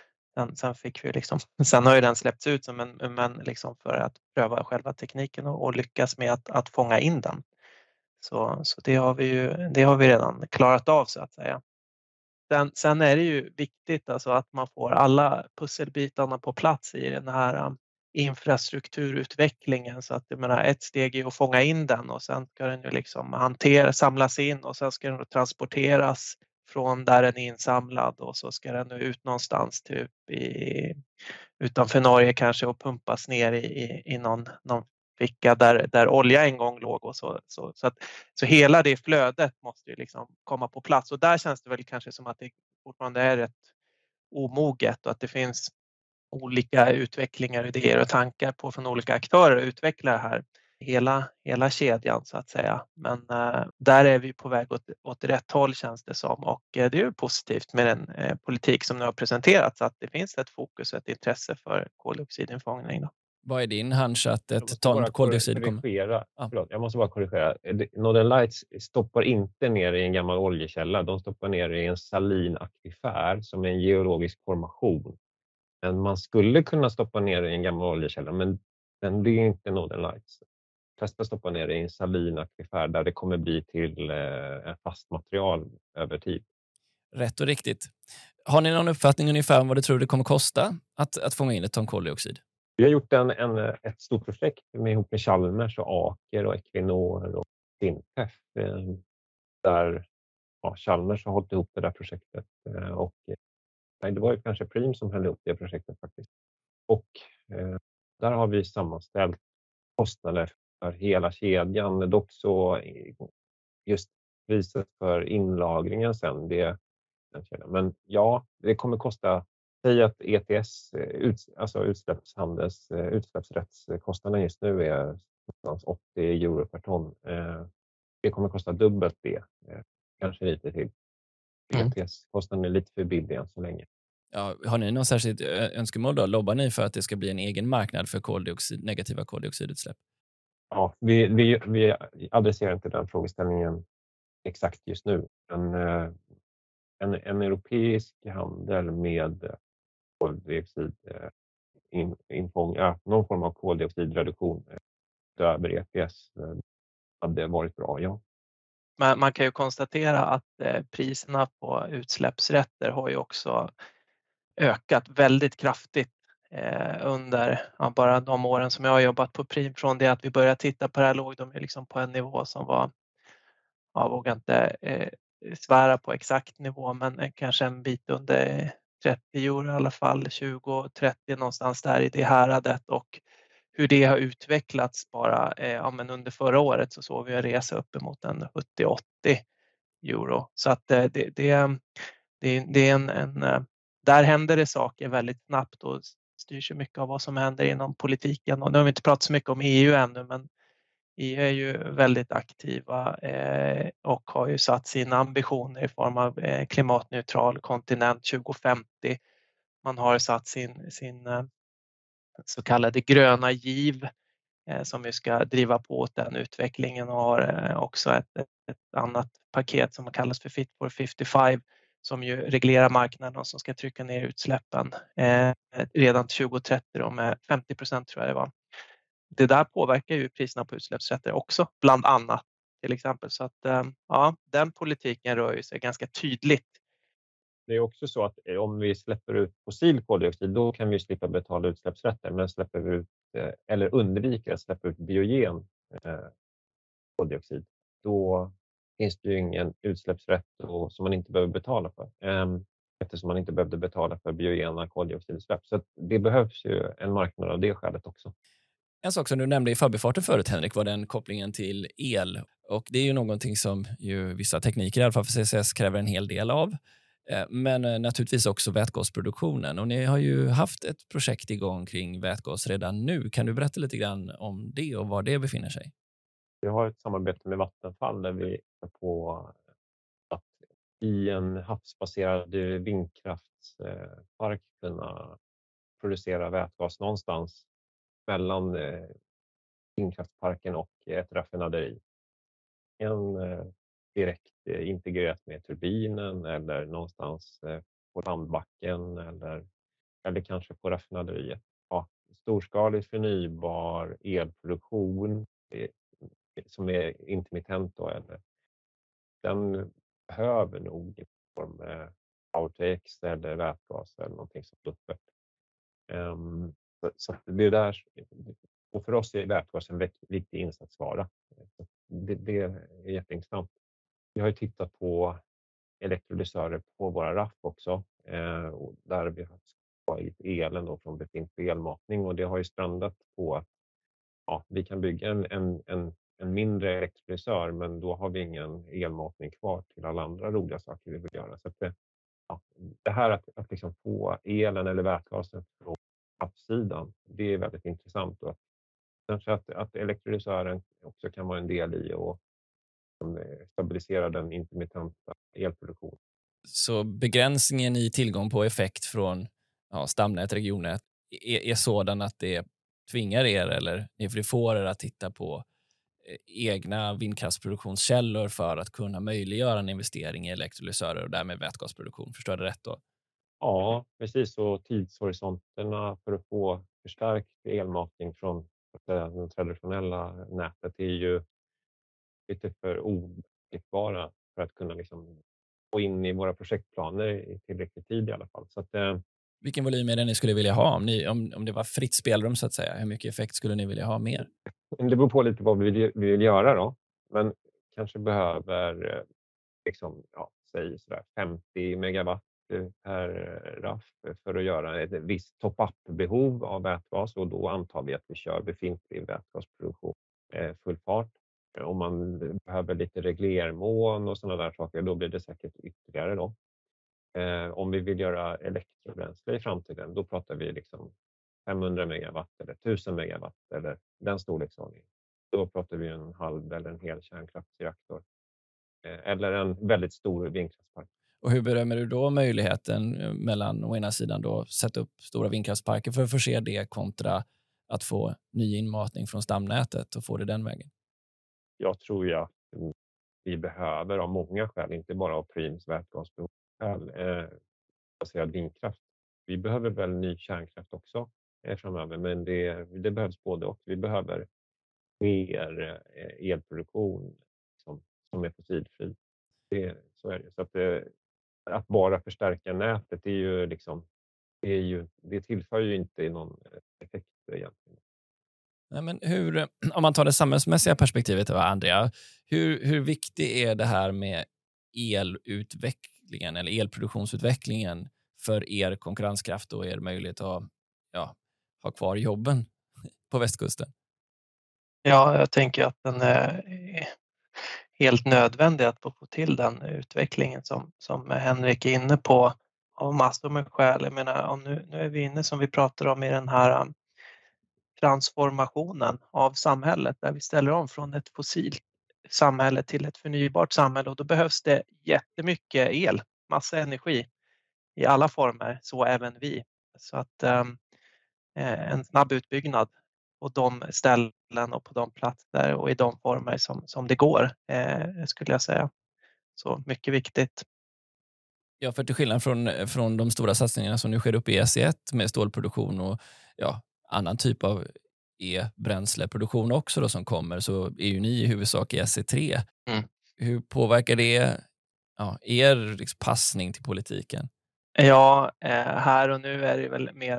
Sen har ju den släppts ut men liksom för att pröva själva tekniken och lyckas med att fånga in den. Så det har vi redan klarat av så att säga. Sen är det ju viktigt alltså att man får alla pusselbitarna på plats i den här infrastrukturutvecklingen så att jag menar, ett steg är att fånga in den och sen ska den ju liksom samlas in och sen ska den transporteras från där den är insamlad och så ska den ut någonstans typ utanför Norge kanske och pumpas ner i någon ficka där olja en gång låg och så hela det flödet måste ju liksom komma på plats och där känns det väl kanske som att det fortfarande är rätt omoget och att det finns olika utvecklingar, idéer och tankar från olika aktörer att utveckla det här hela kedjan så att säga. Men där är vi på väg åt rätt håll känns det som och det är ju positivt med den politik som nu har presenterats att det finns ett fokus och ett intresse för koldioxidinfångning. Vad är din hunch att Jag ett måste ton bara koldioxid kommer? korrigera. Ja. Förlåt, jag måste bara korrigera. Northern Lights stoppar inte ner i en gammal oljekälla. De stoppar ner i en salinakvifär som är en geologisk formation. Men man skulle kunna stoppa ner i en gammal oljekälla, men det är inte Northern Lights. De flesta stoppar ner i en salinakvifär där det kommer bli till ett fast material över tid. Rätt och riktigt. Har ni någon uppfattning ungefär om vad du tror det kommer kosta att fånga in ett ton koldioxid? Vi har gjort ett stort projekt ihop med Chalmers och Aker och Equinor och Sintef där Chalmers har hållit ihop det där projektet och det var ju kanske Preem som höll ihop det projektet faktiskt. Och där har vi sammanställt kostnader för hela kedjan. Dock så just priset för inlagringen sen, men ja, det kommer kosta. Säg att ETS, alltså utsläppsrättskostnaden just nu är 80 euro per ton. Det kommer kosta dubbelt det, kanske lite till. ETS-kostnaden är lite för billig än så länge. Ja, har ni någon särskilt önskemål då? Lobbar ni för att det ska bli en egen marknad för negativa koldioxidutsläpp? Ja, vi adresserar inte den frågeställningen exakt just nu. Men en europeisk handel med koldioxid, någon form av koldioxidreduktion över ETS hade varit bra, ja. Man kan ju konstatera att priserna på utsläppsrätter har ju också ökat väldigt kraftigt under bara de åren som jag har jobbat på Preem. Från det att vi började titta på det här låg de liksom på en nivå som var, jag vågar inte svära på exakt nivå, men kanske en bit under 30 euro i alla fall, 20-30 någonstans där i det häradet. Och hur det har utvecklats bara men under förra året så såg vi en resa uppemot en 70-80 euro. Så att det är där händer det saker väldigt snabbt och styrs ju mycket av vad som händer inom politiken. Och nu har vi inte pratat så mycket om EU ännu, men EU är ju väldigt aktiva och har ju satt sina ambitioner i form av klimatneutral kontinent 2050. Man har satt sin så kallade gröna giv som vi ska driva på åt den utvecklingen, och har också ett annat paket som kallas för Fit for 55 som ju reglerar marknaden och som ska trycka ner utsläppen redan till 2030 då, med 50% tror jag det var. Det där påverkar ju priserna på utsläppsrätter också, bland annat till exempel. Så att den politiken rör ju sig ganska tydligt. Det är också så att om vi släpper ut fossil koldioxid, då kan vi slippa betala utsläppsrätter. Men släpper vi ut eller undviker att släppa ut biogen koldioxid, då finns det ju ingen utsläppsrätt som man inte behöver betala för. Eftersom man inte behövde betala för biogena koldioxidutsläpp. Så det behövs ju en marknad av det skälet också. En sak som du nämnde i förbifarten förut, Henrik, var den kopplingen till el. Och det är ju någonting som ju vissa tekniker, i alla fall för CCS, kräver en hel del av. Men naturligtvis också vätgasproduktionen. Och ni har ju haft ett projekt igång kring vätgas redan nu. Kan du berätta lite grann om det och var det befinner sig? Vi har ett samarbete med Vattenfall där vi är på att i en havsbaserad vindkraftspark kunna producera vätgas någonstans mellan vindkraftsparken och ett raffinaderi. Direkt integrerat med turbinen eller någonstans på landbacken eller kanske på raffinaderiet. Ja, storskalig förnybar elproduktion som är intermittent då, eller den behöver nog i form av Power-to-X eller vätgas eller någonting som buffert. Så det är där, och för oss är vätgas en viktig insatsvara. Det är jätteintressant. Vi har ju tittat på elektrolysörer på våra RAF också, där vi har tagit elen då från befintlig elmatning, och det har ju strandat på att vi kan bygga en mindre elektrolysör, men då har vi ingen elmatning kvar till alla andra roliga saker vi vill göra. Så att det här att liksom få elen eller vätgasen från havssidan, det är väldigt intressant, och kanske att elektrolysören också kan vara en del i och stabilisera den intermittenta elproduktionen. Så begränsningen i tillgång på effekt från stamnät, regionnät är sådan att det tvingar er eller ni får er att titta på egna vindkraftsproduktionskällor för att kunna möjliggöra en investering i elektrolysörer och därmed vätgasproduktion. Förstår jag det rätt då? Ja, precis. Och tidshorisonterna för att få förstärkt elmatning från det traditionella nätet är ju lite för oblickbara för att kunna liksom få in i våra projektplaner i tillräcklig tid i alla fall. Så att, Vilken volym är det ni skulle vilja ha? Om det var fritt spelrum så att säga, hur mycket effekt skulle ni vilja ha mer? det beror på lite vad vi vill göra då. Men kanske behöver liksom, ja, säg sådär 50 megawatt per raff för att göra ett visst top-up-behov av vätgas, och då antar vi att vi kör befintlig vätgasproduktion full fart. Om man behöver lite reglermån och sådana där saker, då blir det säkert ytterligare då. Om vi vill göra elektrobränsle i framtiden, då pratar vi liksom 500 megawatt eller 1000 megawatt eller den storleksordningen. Då pratar vi en halv eller en hel kärnkraftsreaktor. Eller en väldigt stor vindkraftspark. Och hur bedömer du då möjligheten mellan å ena sidan då sätta upp stora vindkraftsparker för att förse det kontra att få ny inmatning från stamnätet och få det den vägen? Jag tror ju att vi behöver av många skäl, inte bara av Preems vätgasbehov, baserad vindkraft. Vi behöver väl ny kärnkraft också framöver, men det behövs både och. Vi behöver mer elproduktion som är fossilfri. Så är det. Så att bara förstärka nätet är ju liksom, det tillför ju inte någon effekt egentligen. Nej, men om man tar det samhällsmässiga perspektivet, Andrea, hur viktig är det här med elutvecklingen eller elproduktionsutvecklingen för er konkurrenskraft och er möjlighet att ha kvar jobben på västkusten? Ja, jag tänker att den är helt nödvändig att få till den utvecklingen som Henrik är inne på av massor med skäl. Jag menar, nu är vi inne som vi pratar om i den här transformationen av samhället där vi ställer om från ett fossilt samhälle till ett förnybart samhälle, och då behövs det jättemycket el, massa energi i alla former, så även vi. Så att en snabb utbyggnad på de ställen och på de platser och i de former som det går, skulle jag säga. Så mycket viktigt. Ja, för till skillnad från de stora satsningarna som nu sker uppe i SE1 med stålproduktion och annan typ av e-bränsleproduktion också då som kommer, så är ju ni i huvudsak i SE3. Mm. Hur påverkar det er liksom passning till politiken? Ja, här och nu är det väl mer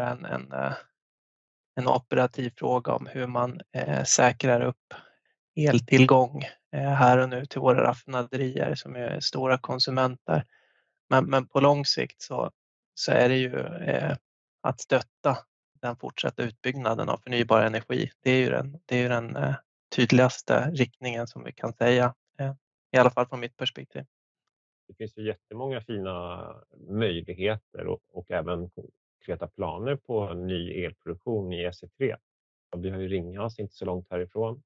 en operativ fråga om hur man säkrar upp eltillgång här och nu till våra raffinaderier som är stora konsumenter. Men på lång sikt så är det ju att stötta den fortsatta utbyggnaden av förnybar energi. Det är ju den tydligaste riktningen som vi kan säga, i alla fall från mitt perspektiv. Det finns ju jättemånga fina möjligheter och även konkreta planer på ny elproduktion i SE3. Vi har ju Ringhals inte så långt härifrån.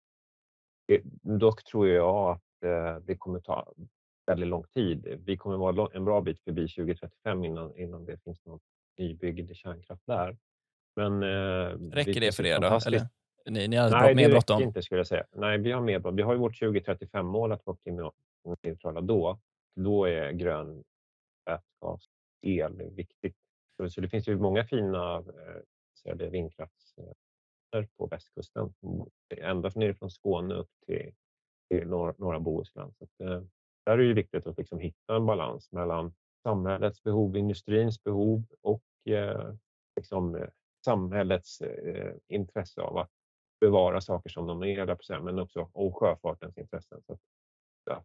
Dock tror jag att det kommer ta väldigt lång tid. Vi kommer vara en bra bit förbi 2035 innan det finns någon nybyggd kärnkraft där. Men räcker det för er då? Eller? Ni har Nej, mer det bråttom? räcker inte, skulle jag säga. Nej, vi har mer bråttom. Vi har ju vårt 2035-mål att vara klimatneutrala då. Då är grön vätgas, el viktigt. Så det finns ju många fina vindkraftsparker på västkusten. Ända nerifrån Skåne upp till norra Bohuslän. Så att, där är det ju viktigt att liksom hitta en balans mellan samhällets behov, industrins behov och samhällets intresse av att bevara saker som de är, men också och sjöfartens intressen. Så att,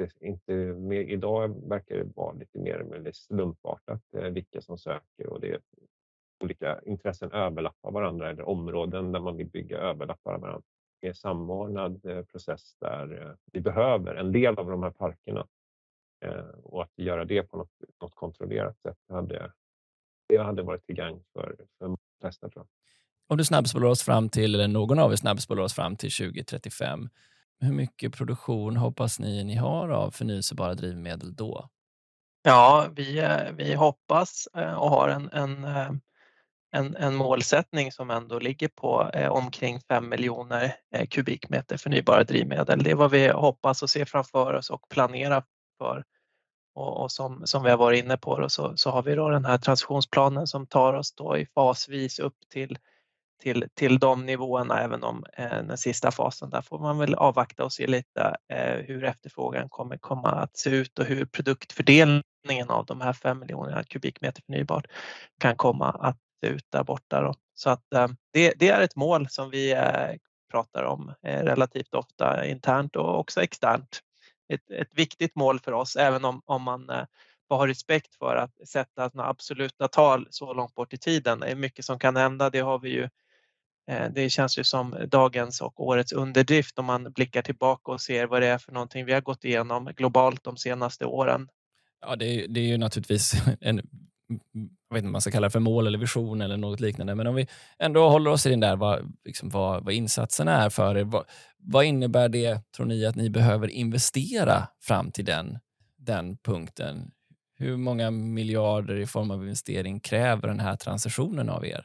idag verkar det vara lite mer slumpartat vilka som söker, och det är olika intressen överlappar varandra, eller områden där man vill bygga överlappar varandra. Det är en samordnad process där vi behöver en del av de här parkerna, och att göra det på något kontrollerat sätt hade varit till gagn för de flesta, tror jag. Om du snabbspolar oss fram till, eller någon av er snabbspolar oss fram till 2035, hur mycket produktion hoppas ni har av förnyelsebara drivmedel då? Ja, vi hoppas och har en målsättning som ändå ligger på omkring 5 miljoner kubikmeter förnybara drivmedel. Det är vad vi hoppas och ser framför oss och planerar för. Och som vi har varit inne på då, så har vi då den här transitionsplanen som tar oss då i fasvis upp till de nivåerna, även om den sista fasen där får man väl avvakta och se lite hur efterfrågan kommer komma att se ut och hur produktfördelningen av de här 5 miljoner kubikmeter förnybart kan komma att se ut där borta då. Så att det är ett mål som vi pratar om relativt ofta internt och också externt. Ett viktigt mål för oss, även om man får ha respekt för att sätta några absoluta tal så långt bort i tiden. Det är mycket som kan hända, det har vi ju. Det känns ju som dagens och årets underdrift om man blickar tillbaka och ser vad det är för någonting vi har gått igenom globalt de senaste åren. Ja, det är ju naturligtvis jag vet inte om man ska kalla det för mål eller vision eller något liknande, men om vi ändå håller oss i den där vad insatsen är för er, vad innebär det, tror ni, att ni behöver investera fram till den punkten? Hur många miljarder i form av investering kräver den här transitionen av er?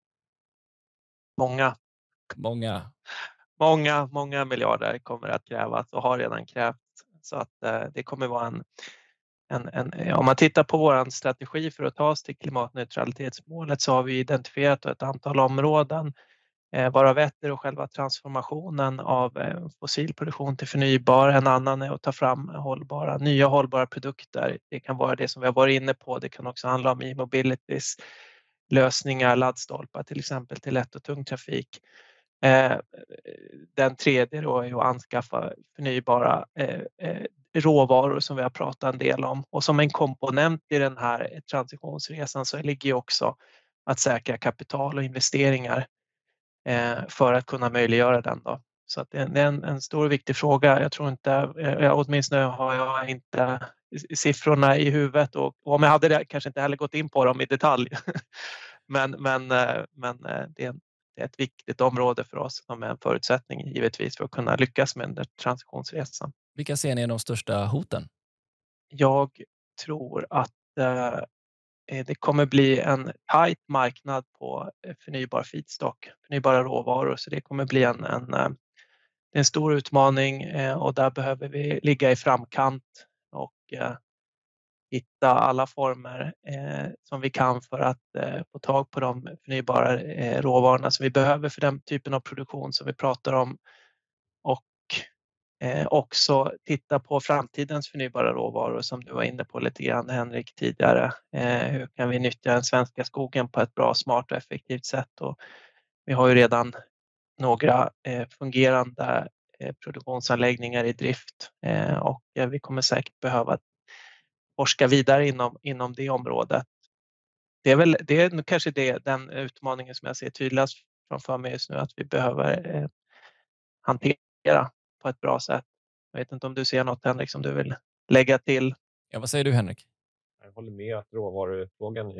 Många miljarder kommer att krävas och har redan krävts. Så att det kommer vara om man tittar på vår strategi för att ta oss till klimatneutralitetsmålet, så har vi identifierat ett antal områden, varav ett är själva transformationen av fossilproduktion till förnybar. En annan är att ta fram nya hållbara produkter. Det kan vara det som vi har varit inne på. Det kan också handla om e-mobilities lösningar, laddstolpar till exempel till lätt och tung trafik. Den tredje då är att anskaffa förnybara råvaror som vi har pratat en del om. Och som en komponent i den här transitionsresan så ligger ju också att säkra kapital och investeringar för att kunna möjliggöra den då. Så att det är en stor och viktig fråga. Jag tror inte, åtminstone har jag inte siffrorna i huvudet, och om jag hade det kanske inte heller gått in på dem i detalj. men det är ett viktigt område för oss som är en förutsättning givetvis för att kunna lyckas med den där transitionsresan. Vilka ser ni är de största hoten? Jag tror att det kommer bli en tajt marknad på förnybar feedstock, förnybara råvaror, så det kommer bli en stor utmaning och där behöver vi ligga i framkant och hitta alla former som vi kan för att få tag på de förnybara råvarorna som vi behöver för den typen av produktion som vi pratar om, och också titta på framtidens förnybara råvaror som du var inne på lite grann, Henrik, tidigare. Hur kan vi nyttja den svenska skogen på ett bra, smart och effektivt sätt? Och vi har ju redan några fungerande produktionsanläggningar i drift och vi kommer säkert behöva forska vidare inom det området. Det är kanske den utmaningen som jag ser tydligast framför mig just nu, att vi behöver hantera på ett bra sätt. Jag vet inte om du ser något, Henrik, som du vill lägga till? Ja, vad säger du, Henrik? Jag håller med att råvarufrågan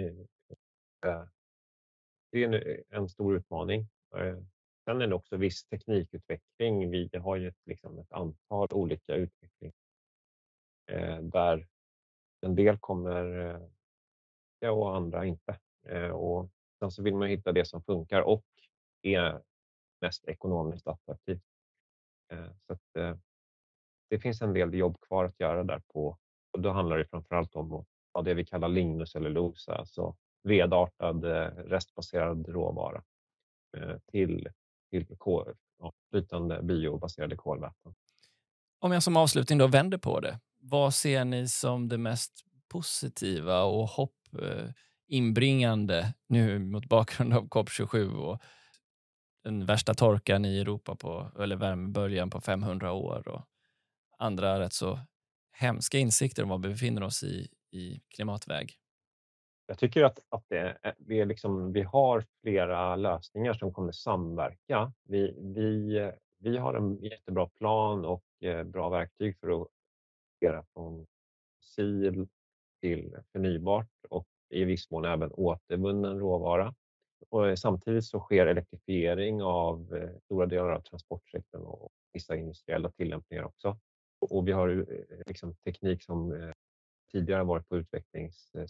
är en stor utmaning. Sen är det också viss teknikutveckling. Vi har ju ett antal olika utveckling där en del kommer och andra inte. Och sen så vill man hitta det som funkar och är mest ekonomiskt attraktivt. Så att det finns en del jobb kvar att göra där på. Och då handlar det framförallt om det vi kallar lignocellulosa, alltså vedartad restbaserad råvara till flytande biobaserade kolväten. Om jag som avslutning då vänder på det, vad ser ni som det mest positiva och hoppinbringande nu mot bakgrund av COP27 och den värsta torkan i Europa eller värmeböljan på 500 år och andra rätt så hemska insikter om vad vi befinner oss i klimatväg? Jag tycker att vi har flera lösningar som kommer samverka. Vi har en jättebra plan och bra verktyg för att göra från fossil till förnybart och i viss mån även återvunnen råvara. Och samtidigt så sker elektrifiering av stora delar av transportsektorn och vissa industriella tillämpningar också. Och vi har teknik som tidigare varit på utvecklingsstadiet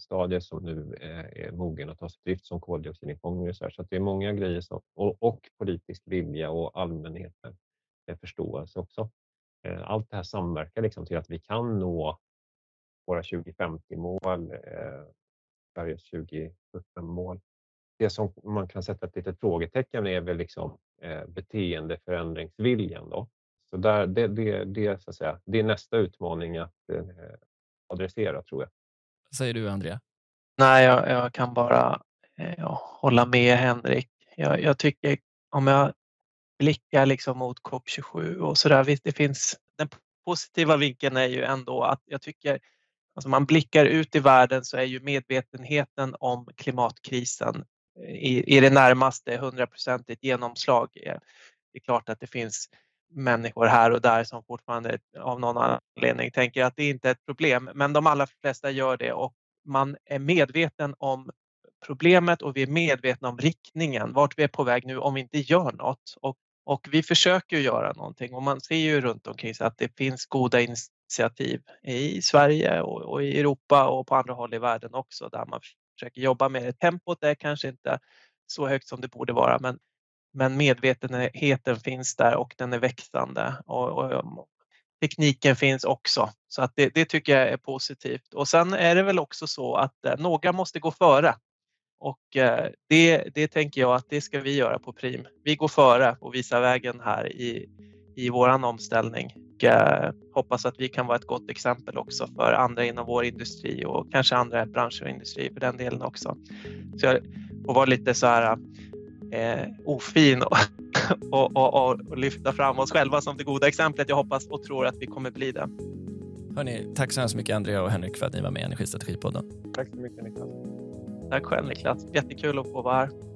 pilotstadiet som nu är mogen att tas i drift som koldioxidinfångning och så här. Så att det är många grejer som, och politisk vilja och allmänheten förståelse också. Allt det här samverkar liksom till att vi kan nå våra 2050-mål, Sveriges 2045-mål. Det som man kan sätta ett litet frågetecken är väl liksom beteendeförändringsviljan då. Så där, det, så att säga, det är nästa utmaning att adressera, tror jag. Vad säger du, Andrea? Nej, jag kan bara hålla med Henrik. Jag tycker, om jag blickar liksom mot COP27 och sådär, visst, det finns, den positiva vinkeln är ju ändå att jag tycker, alltså man blickar ut i världen så är ju medvetenheten om klimatkrisen i det närmaste 100% genomslag. Det är klart att det finns människor här och där som fortfarande av någon anledning tänker att det inte är ett problem, men de allra flesta gör det, och man är medveten om problemet och vi är medvetna om riktningen, vart vi är på väg nu om vi inte gör något. Och vi försöker göra någonting, och man ser ju runt omkring sig att det finns goda initiativ i Sverige och i Europa och på andra håll i världen också, där man försöker jobba med det. Tempot är kanske inte så högt som det borde vara, men medvetenheten finns där och den är växande, och tekniken finns också. Så att det tycker jag är positivt. Och sen är det väl också så att några måste gå före. Och det tänker jag att det ska vi göra på Prim. Vi går före och visar vägen här i våran omställning. Och hoppas att vi kan vara ett gott exempel också för andra inom vår industri och kanske andra branscher och industri för den delen också. Så jag får vara lite så här ofin och lyfta fram oss själva som det goda exemplet. Jag hoppas och tror att vi kommer bli det. Hörrni, tack så hemskt mycket Andrea och Henrik för att ni var med i Energistrategipodden. Tack så mycket, Niklas. Tack själv, Niklas. Jättekul att få vara här.